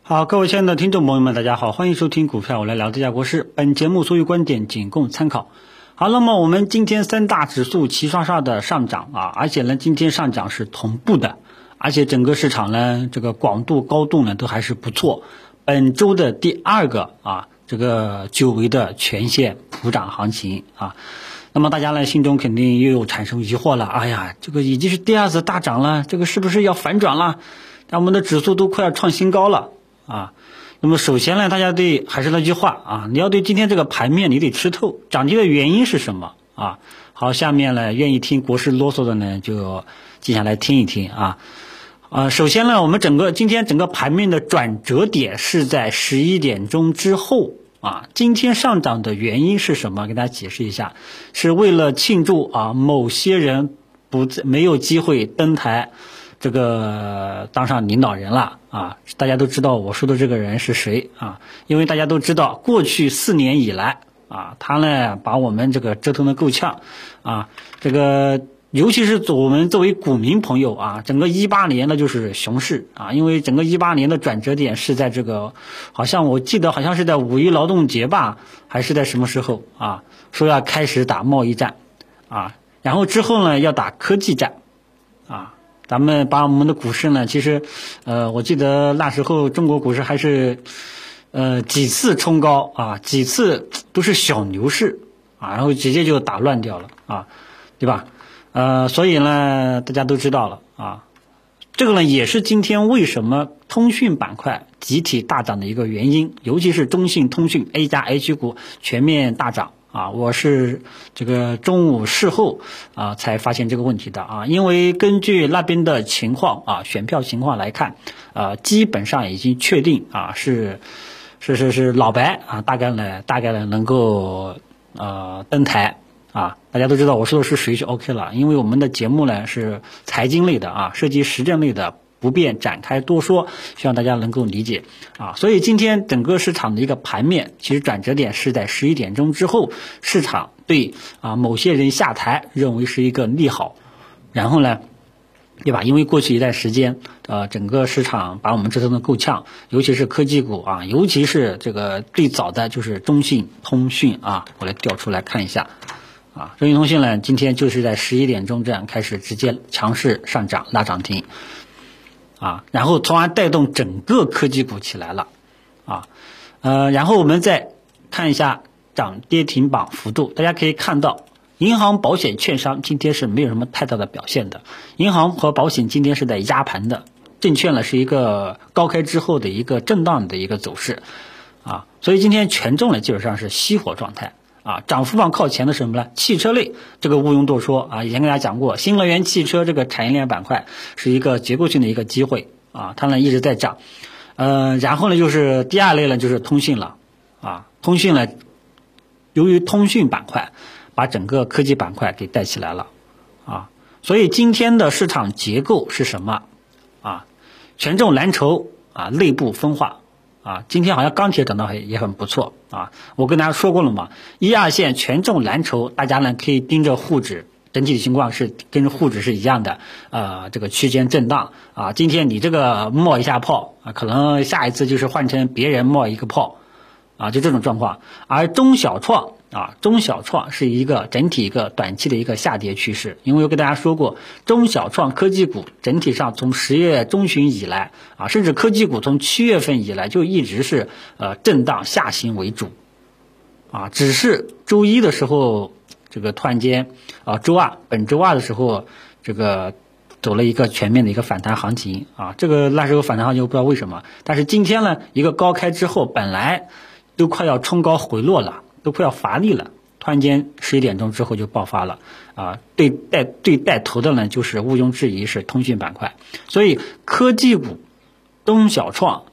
好，各位亲爱的听众朋友们，大家好，欢迎收听股票我来聊这家国事。本节目所有观点仅供参考。好，那么我们今天三大指数齐刷刷的上涨而且呢，今天上涨是同步的，而且整个市场呢，这个广度高度呢都还是不错。本周的第二个这个久违的全线普涨行情那么大家呢心中肯定又有产生疑惑了，哎呀，这个已经是第二次大涨了，这个是不是要反转了？我们的指数都快要创新高了。那么首先呢，大家还是那句话你要对今天这个盘面你得吃透，涨跌的原因是什么好，下面呢愿意听国师啰嗦的呢，就接下来听一听首先呢，我们今天整个盘面的转折点是在11点钟之后今天上涨的原因是什么？给大家解释一下，是为了庆祝某些人没有机会登台。这个当上领导人了大家都知道我说的这个人是谁因为大家都知道过去4年以来他呢把我们这个折腾得够呛这个尤其是我们作为股民朋友整个18年呢就是熊市因为整个18年的转折点是在这个我记得好像是在5一劳动节吧，还是在什么时候说要开始打贸易战然后之后呢要打科技战咱们把我们的股市呢，其实我记得那时候中国股市还是几次冲高几次都是小牛市然后直接就打乱掉了对吧？所以呢大家都知道了这个呢也是今天为什么通讯板块集体大涨的一个原因，尤其是中信通讯 A 加 H 股全面大涨我是这个中午事后才发现这个问题的因为根据那边的情况选票情况来看基本上已经确定是老白大概呢能够登台大家都知道我说的是谁就 OK 了，因为我们的节目呢是财经类的涉及实战类的，不便展开多说，希望大家能够理解所以今天整个市场的一个盘面，其实转折点是在11点钟之后，市场对某些人下台认为是一个利好，然后呢对吧？因为过去一段时间整个市场把我们折腾得够呛，尤其是科技股尤其是这个最早的就是中信通讯我来调出来看一下中信通讯呢今天就是在11点钟这样开始直接强势上涨拉涨停然后从而带动整个科技股起来了然后我们再看一下涨跌停榜幅度，大家可以看到银行、保险、券商今天是没有什么太大的表现的，银行和保险今天是在压盘的，证券呢是一个高开之后的一个震荡的一个走势所以今天权重呢基本上是熄火状态涨幅榜靠前的是什么呢？汽车类，这个毋庸多说以前跟大家讲过，新能源汽车这个产业链板块是一个结构性的一个机会它呢一直在涨然后呢就是第二类呢就是通讯了通讯呢由于通讯板块把整个科技板块给带起来了所以今天的市场结构是什么权重蓝筹内部分化今天好像钢铁涨得也很不错我跟大家说过了嘛，1、2线权重蓝筹，大家呢可以盯着沪指，整体的情况是跟沪指是一样的这个区间震荡今天你这个冒一下泡可能下一次就是换成别人冒一个泡就这种状况。而中小创是一个整体一个短期的一个下跌趋势，因为我跟大家说过，中小创科技股整体上从10月中旬以来甚至科技股从7月份以来就一直是震荡下行为主只是周一的时候这个突然间本周二的时候这个走了一个全面的一个反弹行情这个那时候反弹行情我不知道为什么，但是今天呢一个高开之后本来都快要冲高回落了，都快要乏力了，突然间11点钟之后就爆发了对带头的呢就是毋庸置疑是通讯板块，所以科技股中小创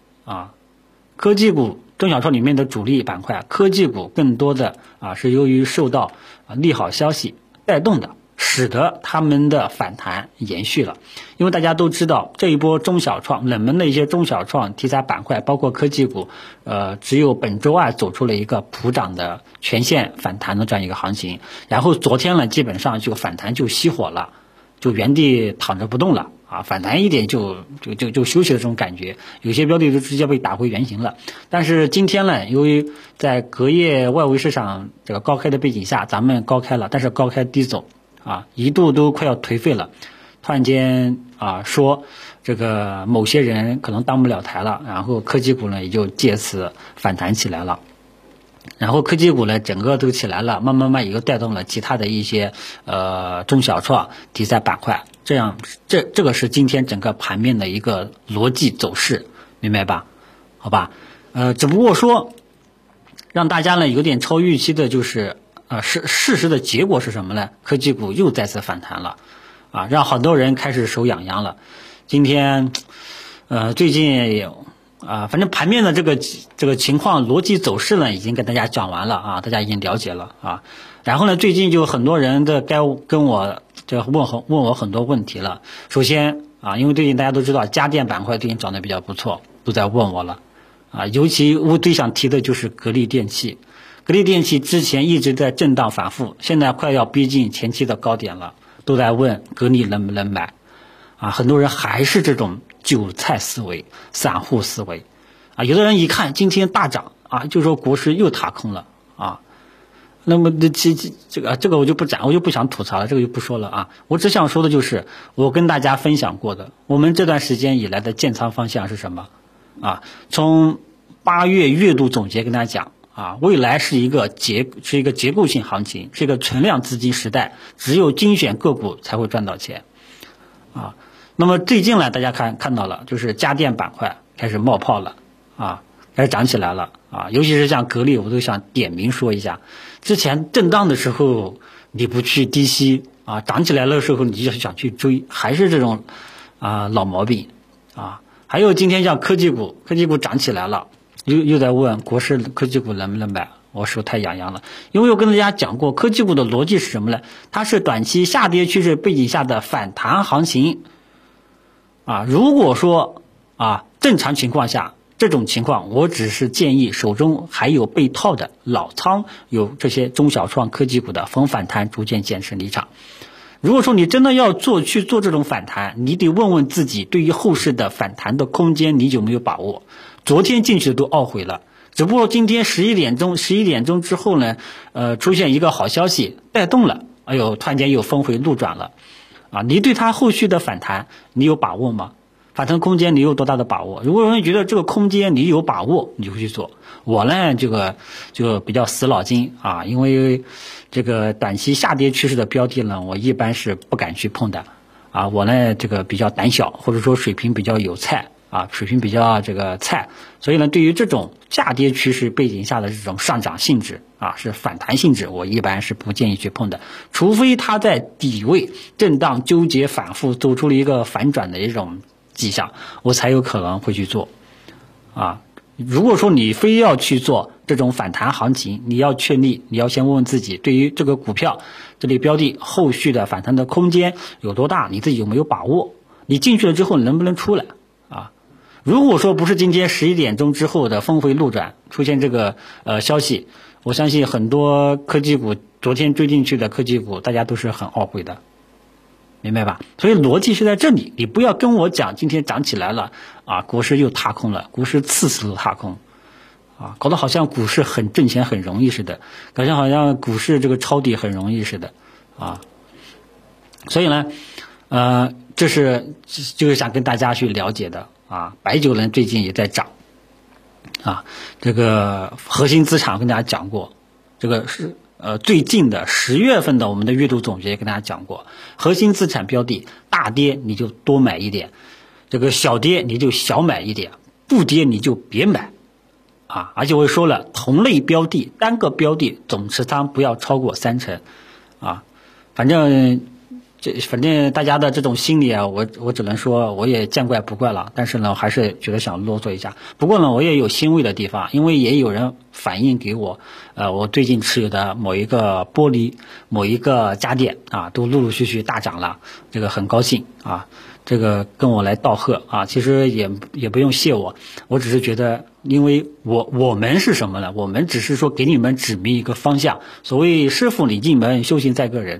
里面的主力板块科技股更多的是由于受到利好消息带动的，使得他们的反弹延续了。因为大家都知道这一波中小创冷门的一些中小创题材板块包括科技股只有本周二走出了一个普涨的全线反弹的这样一个行情，然后昨天呢基本上就反弹就熄火了，就原地躺着不动了啊，反弹一点就休息的这种感觉，有些标的就直接被打回原形了。但是今天呢，由于在隔夜外围市场这个高开的背景下，咱们高开了，但是高开低走啊，一度都快要颓废了。突然间啊，说这个某些人可能当不了台了，然后科技股呢也就借此反弹起来了。然后科技股呢整个都起来了，慢慢也就带动了其他的一些中小创题材板块，这个是今天整个盘面的一个逻辑走势，明白吧？好吧，只不过说让大家呢有点超预期的就是事实的结果是什么呢？科技股又再次反弹了啊，让很多人开始手痒痒了。今天最近也有反正盘面的这个情况逻辑走势呢，已经跟大家讲完了啊，大家已经了解了啊。然后呢，最近就很多人的该跟我这问我很多问题了。首先啊，因为最近大家都知道家电板块最近涨得比较不错，都在问我了啊。尤其我最想提的就是格力电器，格力电器之前一直在震荡反复，现在快要逼近前期的高点了，都在问格力能不能买啊。很多人还是这种韭菜思维、散户思维啊，有的人一看今天大涨啊，就说国师又踏空了啊。那么这个我就不想吐槽了，这个就不说了啊。我只想说的就是我跟大家分享过的，我们这段时间以来的建仓方向是什么啊？从8月月度总结跟大家讲啊，未来是一个结构性行情，是一个存量资金时代，只有精选个股才会赚到钱啊。那么最近呢，大家看到了，就是家电板块开始冒泡了啊，开始涨起来了啊，尤其是像格力，我都想点名说一下。之前震荡的时候你不去低吸啊，涨起来的时候你就想去追，还是这种老毛病啊。还有今天像科技股涨起来了，又在问国师科技股能不能买，我手太痒痒了。因为我跟大家讲过，科技股的逻辑是什么呢？它是短期下跌趋势背景下的反弹行情啊。如果说正常情况下，这种情况我只是建议手中还有被套的老仓，有这些中小创科技股的逢反弹逐渐减持离场。如果说你真的要去做这种反弹，你得问问自己，对于后市的反弹的空间你有没有把握？昨天进去的都懊悔了，只不过今天11点钟之后呢，出现一个好消息带动了，哎呦，突然间又峰回路转了啊！你对它后续的反弹你有把握吗？反弹空间你有多大的把握？如果说你觉得这个空间你有把握，你就去做。我呢，这个就比较死脑筋啊，因为这个短期下跌趋势的标的呢，我一般是不敢去碰的啊。我呢，这个比较胆小，或者说水平比较有菜啊，水平比较这个菜，所以呢，对于这种下跌趋势背景下的这种上涨性质啊，是反弹性质，我一般是不建议去碰的，除非它在底位震荡纠结反复，走出了一个反转的一种迹象，我才有可能会去做啊。如果说你非要去做这种反弹行情，你要确立，你要先问问自己，对于这个股票这类标的后续的反弹的空间有多大，你自己有没有把握？你进去了之后能不能出来啊？如果说不是今天11点钟之后的峰回路转出现这个消息，我相信很多科技股昨天追进去的科技股，大家都是很懊悔的。明白吧？所以逻辑是在这里，你不要跟我讲今天涨起来了啊，股市又踏空了，股市次次都踏空啊，搞得好像股市很挣钱很容易似的，好像股市这个抄底很容易似的啊。所以呢，就是想跟大家去了解的啊。白酒呢最近也在涨啊，这个核心资产我跟大家讲过，这个是最近的10月份的我们的月度总结跟大家讲过，核心资产标的大跌你就多买一点，这个小跌你就小买一点，不跌你就别买啊！而且我也说了，同类标的单个标的总持仓不要超过30%啊。反正大家的这种心理啊，我只能说我也见怪不怪了，但是呢，我还是觉得想啰嗦一下。不过呢，我也有欣慰的地方，因为也有人反映给我，我最近持有的某一个玻璃、某一个家电啊，都陆陆续续大涨了，这个很高兴啊，这个跟我来道贺啊，其实也不用谢我，我只是觉得，因为我们是什么呢？我们只是说给你们指明一个方向，所谓师傅领进门，修行在个人。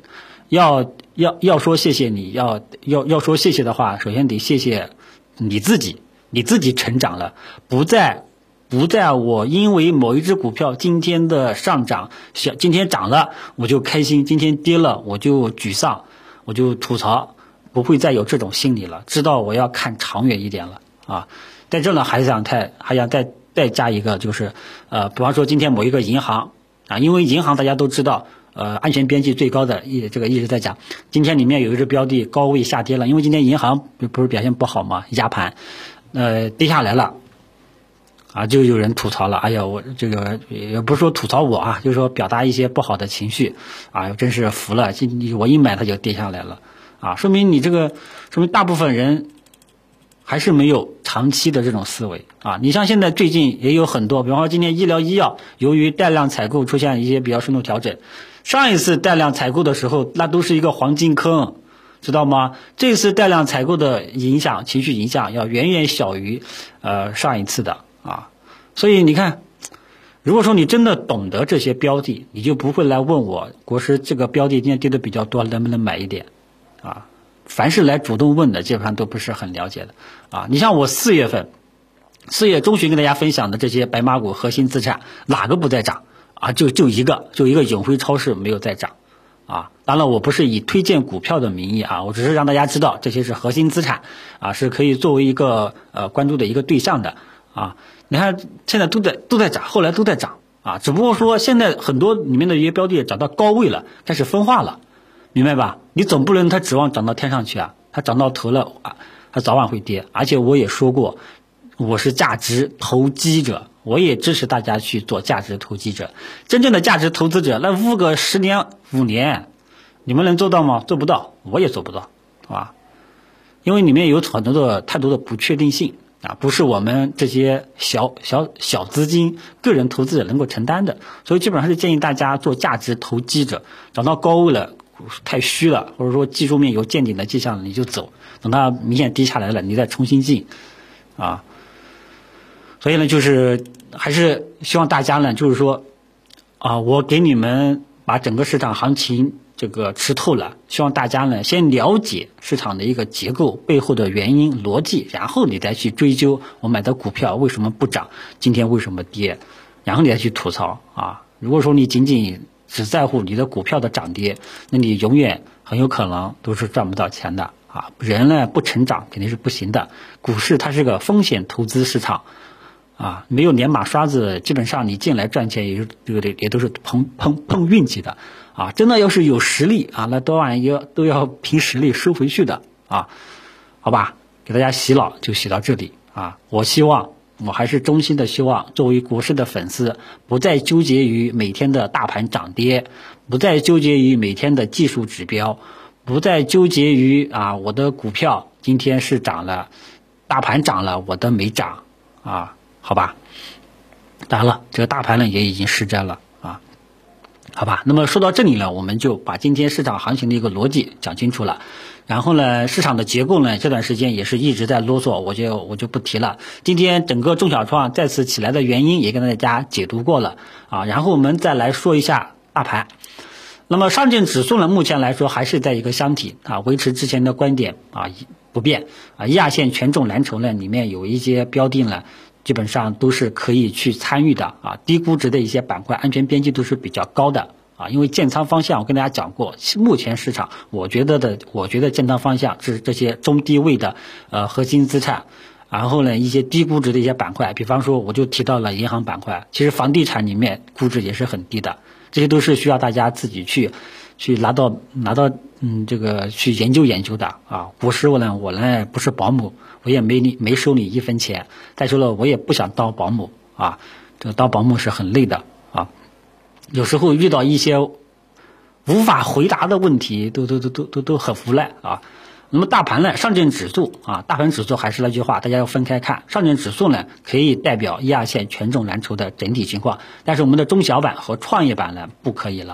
要说谢谢你，要说谢谢的话，首先得谢谢你自己，你自己成长了，不在我因为某一只股票今天的上涨，今天涨了我就开心，今天跌了我就沮丧，我就吐槽，不会再有这种心理了，知道我要看长远一点了啊。在这呢还想再加一个，就是比方说今天某一个银行啊，因为银行大家都知道，安全边际最高的一直在讲，今天里面有一只标的高位下跌了，因为今天银行不是表现不好嘛，压盘，跌下来了。啊，就有人吐槽了，哎呀，我这个也不是说吐槽我啊，就是说表达一些不好的情绪，啊，真是服了，我一买它就跌下来了，啊，说明大部分人还是没有长期的这种思维啊。你像现在最近也有很多，比方说今天医药由于带量采购出现一些比较深度调整，上一次带量采购的时候那都是一个黄金坑，知道吗？这次带量采购的情绪影响要远远小于上一次的啊。所以你看，如果说你真的懂得这些标的，你就不会来问我国师这个标的今天跌的比较多，能不能买一点啊？凡是来主动问的，基本上都不是很了解的啊。你像我4月中旬跟大家分享的这些白马股核心资产，哪个不在涨啊？就一个永辉超市没有在涨啊。当然我不是以推荐股票的名义啊，我只是让大家知道这些是核心资产啊，是可以作为一个关注的一个对象的啊。你看现在都在涨，后来都在涨啊，只不过说现在很多里面的一些标的涨到高位了，开始分化了，明白吧？你总不能它指望涨到天上去啊，它涨到头了啊，它早晚会跌。而且我也说过，我是价值投机者，我也支持大家去做价值投机者。真正的价值投资者，那捂个10年5年，你们能做到吗？做不到，我也做不到，好吧？因为里面有太多的不确定性啊，不是我们这些小资金个人投资者能够承担的，所以基本上是建议大家做价值投机者，涨到高位了，太虚了，或者说技术面有见顶的迹象了，你就走，等它明显低下来了，你再重新进啊。所以呢，就是还是希望大家呢，就是说啊，我给你们把整个市场行情这个吃透了，希望大家呢先了解市场的一个结构背后的原因逻辑，然后你再去追究我买的股票为什么不涨，今天为什么跌，然后你再去吐槽啊。如果说你仅仅只在乎你的股票的涨跌，那你永远很有可能都是赚不到钱的啊。人呢不成长肯定是不行的，股市它是个风险投资市场啊，没有连码刷子，基本上你进来赚钱也都是碰运气的啊。真的要是有实力啊，那多晚都要凭实力收回去的啊。好吧，给大家洗脑就洗到这里啊。我还是衷心的希望，作为国师的粉丝，不再纠结于每天的大盘涨跌，不再纠结于每天的技术指标，不再纠结于我的股票今天是涨了，大盘涨了，我的没涨啊。好吧，当然了，这个大盘呢也已经失真了啊。好吧，那么说到这里呢，我们就把今天市场行情的一个逻辑讲清楚了。然后呢，市场的结构呢，这段时间也是一直在啰嗦，我就不提了。今天整个中小创再次起来的原因也跟大家解读过了啊。然后我们再来说一下大盘。那么上证指数呢，目前来说还是在一个箱体啊，维持之前的观点啊不变啊。一亚线权重蓝筹呢，里面有一些标的呢，基本上都是可以去参与的啊，低估值的一些板块，安全边际都是比较高的啊。因为建仓方向我跟大家讲过，目前市场我觉得建仓方向是这些中低位的核心资产，然后呢一些低估值的一些板块，比方说我就提到了银行板块，其实房地产里面估值也是很低的，这些都是需要大家自己去拿到这个去研究的啊。国师我呢不是保姆，我也没收你1分钱。再说了，我也不想当保姆啊，这个当保姆是很累的啊。有时候遇到一些无法回答的问题，都很无奈啊。那么大盘呢，上证指数啊，大盘指数还是那句话，大家要分开看。上证指数呢，可以代表1、2线权重蓝筹的整体情况，但是我们的中小板和创业板呢，不可以了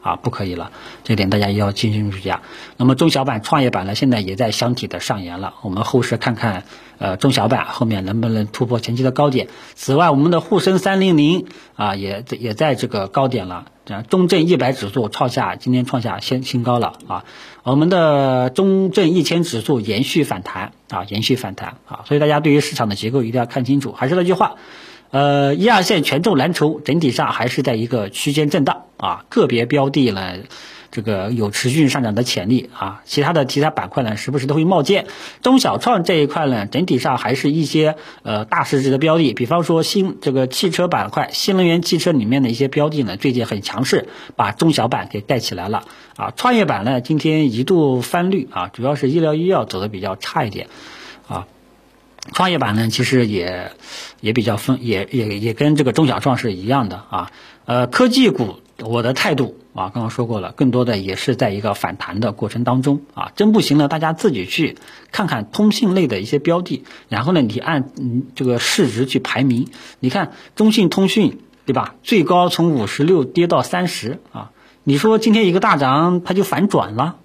不可以了，这点大家也要清楚一下。那么中小板、创业板呢，现在也在箱体的上沿了，我们后市看看中小板后面能不能突破前期的高点。此外，我们的沪深300也在这个高点了，中证100指数今天创下新高了我们的中证1000指数延续反弹所以大家对于市场的结构一定要看清楚。还是那句话，一二线权重蓝筹整体上还是在一个区间震荡个别标的呢这个有持续上涨的潜力其他的题材板块呢时不时都会冒尖。中小创这一块呢，整体上还是一些大市值的标的，比方说这个汽车板块，新能源汽车里面的一些标的呢最近很强势，把中小板给带起来了创业板呢今天一度翻绿主要是医疗医药走的比较差一点创业板呢其实也比较也跟这个中小创是一样的科技股我的态度刚刚说过了，更多的也是在一个反弹的过程当中真不行了，大家自己去看看通信类的一些标的，然后呢你按这个市值去排名，你看中信通讯对吧，最高从56跌到30你说今天一个大涨它就反转了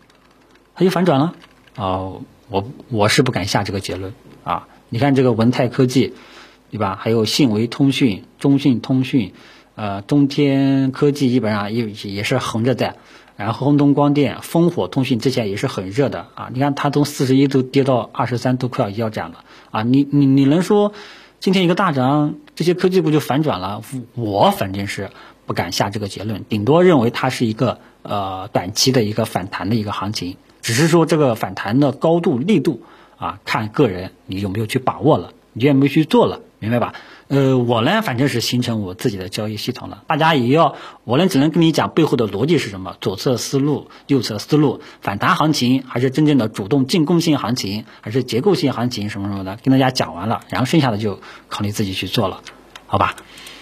我是不敢下这个结论你看这个文泰科技对吧，还有信维通讯、中信通讯中天科技基本上也是横着在，然后宏东光电、烽火通讯之前也是很热的你看它从41都跌到23，都快要腰斩了你能说今天一个大涨这些科技股就反转了？我反正是不敢下这个结论，顶多认为它是一个短期的一个反弹的一个行情，只是说这个反弹的高度力度看个人你有没有去把握了，你愿不愿意去做了，明白吧？我呢反正是形成我自己的交易系统了，大家也要，我呢只能跟你讲背后的逻辑是什么，左侧思路右侧思路，反弹行情还是真正的主动进攻性行情，还是结构性行情什么的，跟大家讲完了，然后剩下的就考虑自己去做了，好吧？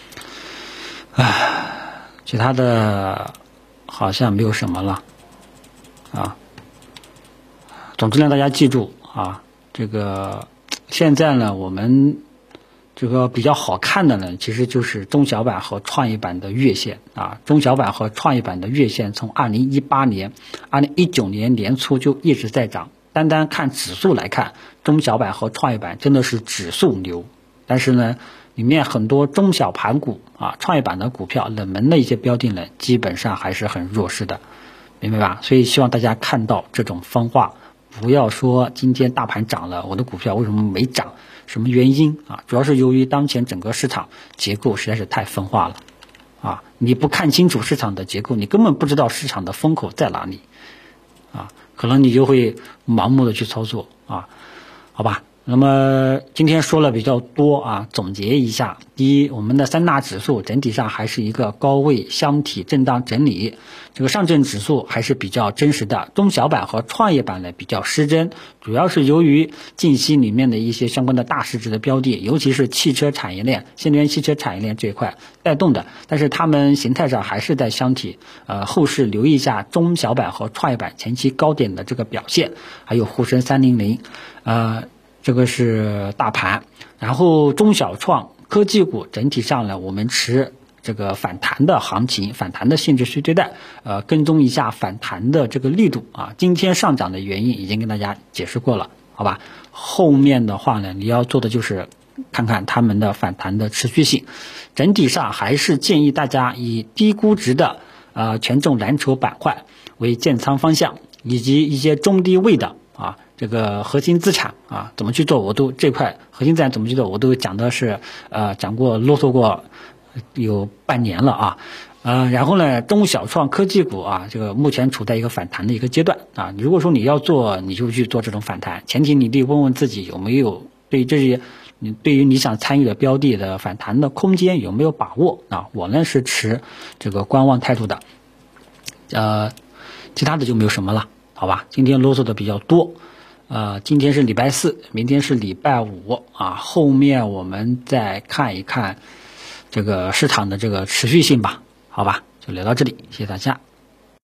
其他的好像没有什么了总之呢大家记住这个现在呢我们这个比较好看的呢其实就是中小板和创业板的月线中小板和创业板的月线从2018年2019年年初就一直在涨，单看指数来看，中小板和创业板真的是指数牛，但是呢里面很多中小盘股创业板的股票冷门的一些标的呢基本上还是很弱势的，明白吧？所以希望大家看到这种分化，不要说今天大盘涨了我的股票为什么没涨，什么原因主要是由于当前整个市场结构实在是太分化了你不看清楚市场的结构，你根本不知道市场的风口在哪里可能你就会盲目的去操作好吧？那么今天说了比较多总结一下，第一，我们的三大指数整体上还是一个高位箱体震荡整理，这个上证指数还是比较真实的，中小板和创业板呢比较失真，主要是由于近期里面的一些相关的大市值的标的，尤其是汽车产业链、新能源汽车产业链这一块带动的，但是它们形态上还是在箱体后市留意一下中小板和创业板前期高点的这个表现，还有沪深300这个是大盘，然后中小创科技股整体上呢，我们持这个反弹的行情，反弹的性质去对待，跟踪一下反弹的这个力度今天上涨的原因已经跟大家解释过了，好吧？后面的话呢，你要做的就是看看他们的反弹的持续性，整体上还是建议大家以低估值的权重蓝筹板块为建仓方向，以及一些中低位的这个核心资产怎么去做，我都这块核心资产怎么去做，我都讲的是讲过啰嗦过有半年了然后呢，中小创科技股这个目前处在一个反弹的一个阶段如果说你要做，你就去做这种反弹，前提你得问问自己有没有对这些对于你想参与的标的的反弹的空间有没有把握我呢是持这个观望态度的，其他的就没有什么了，好吧？今天啰嗦的比较多。今天是礼拜四，明天是礼拜五后面我们再看一看这个市场的这个持续性吧，好吧？就聊到这里，谢谢大家。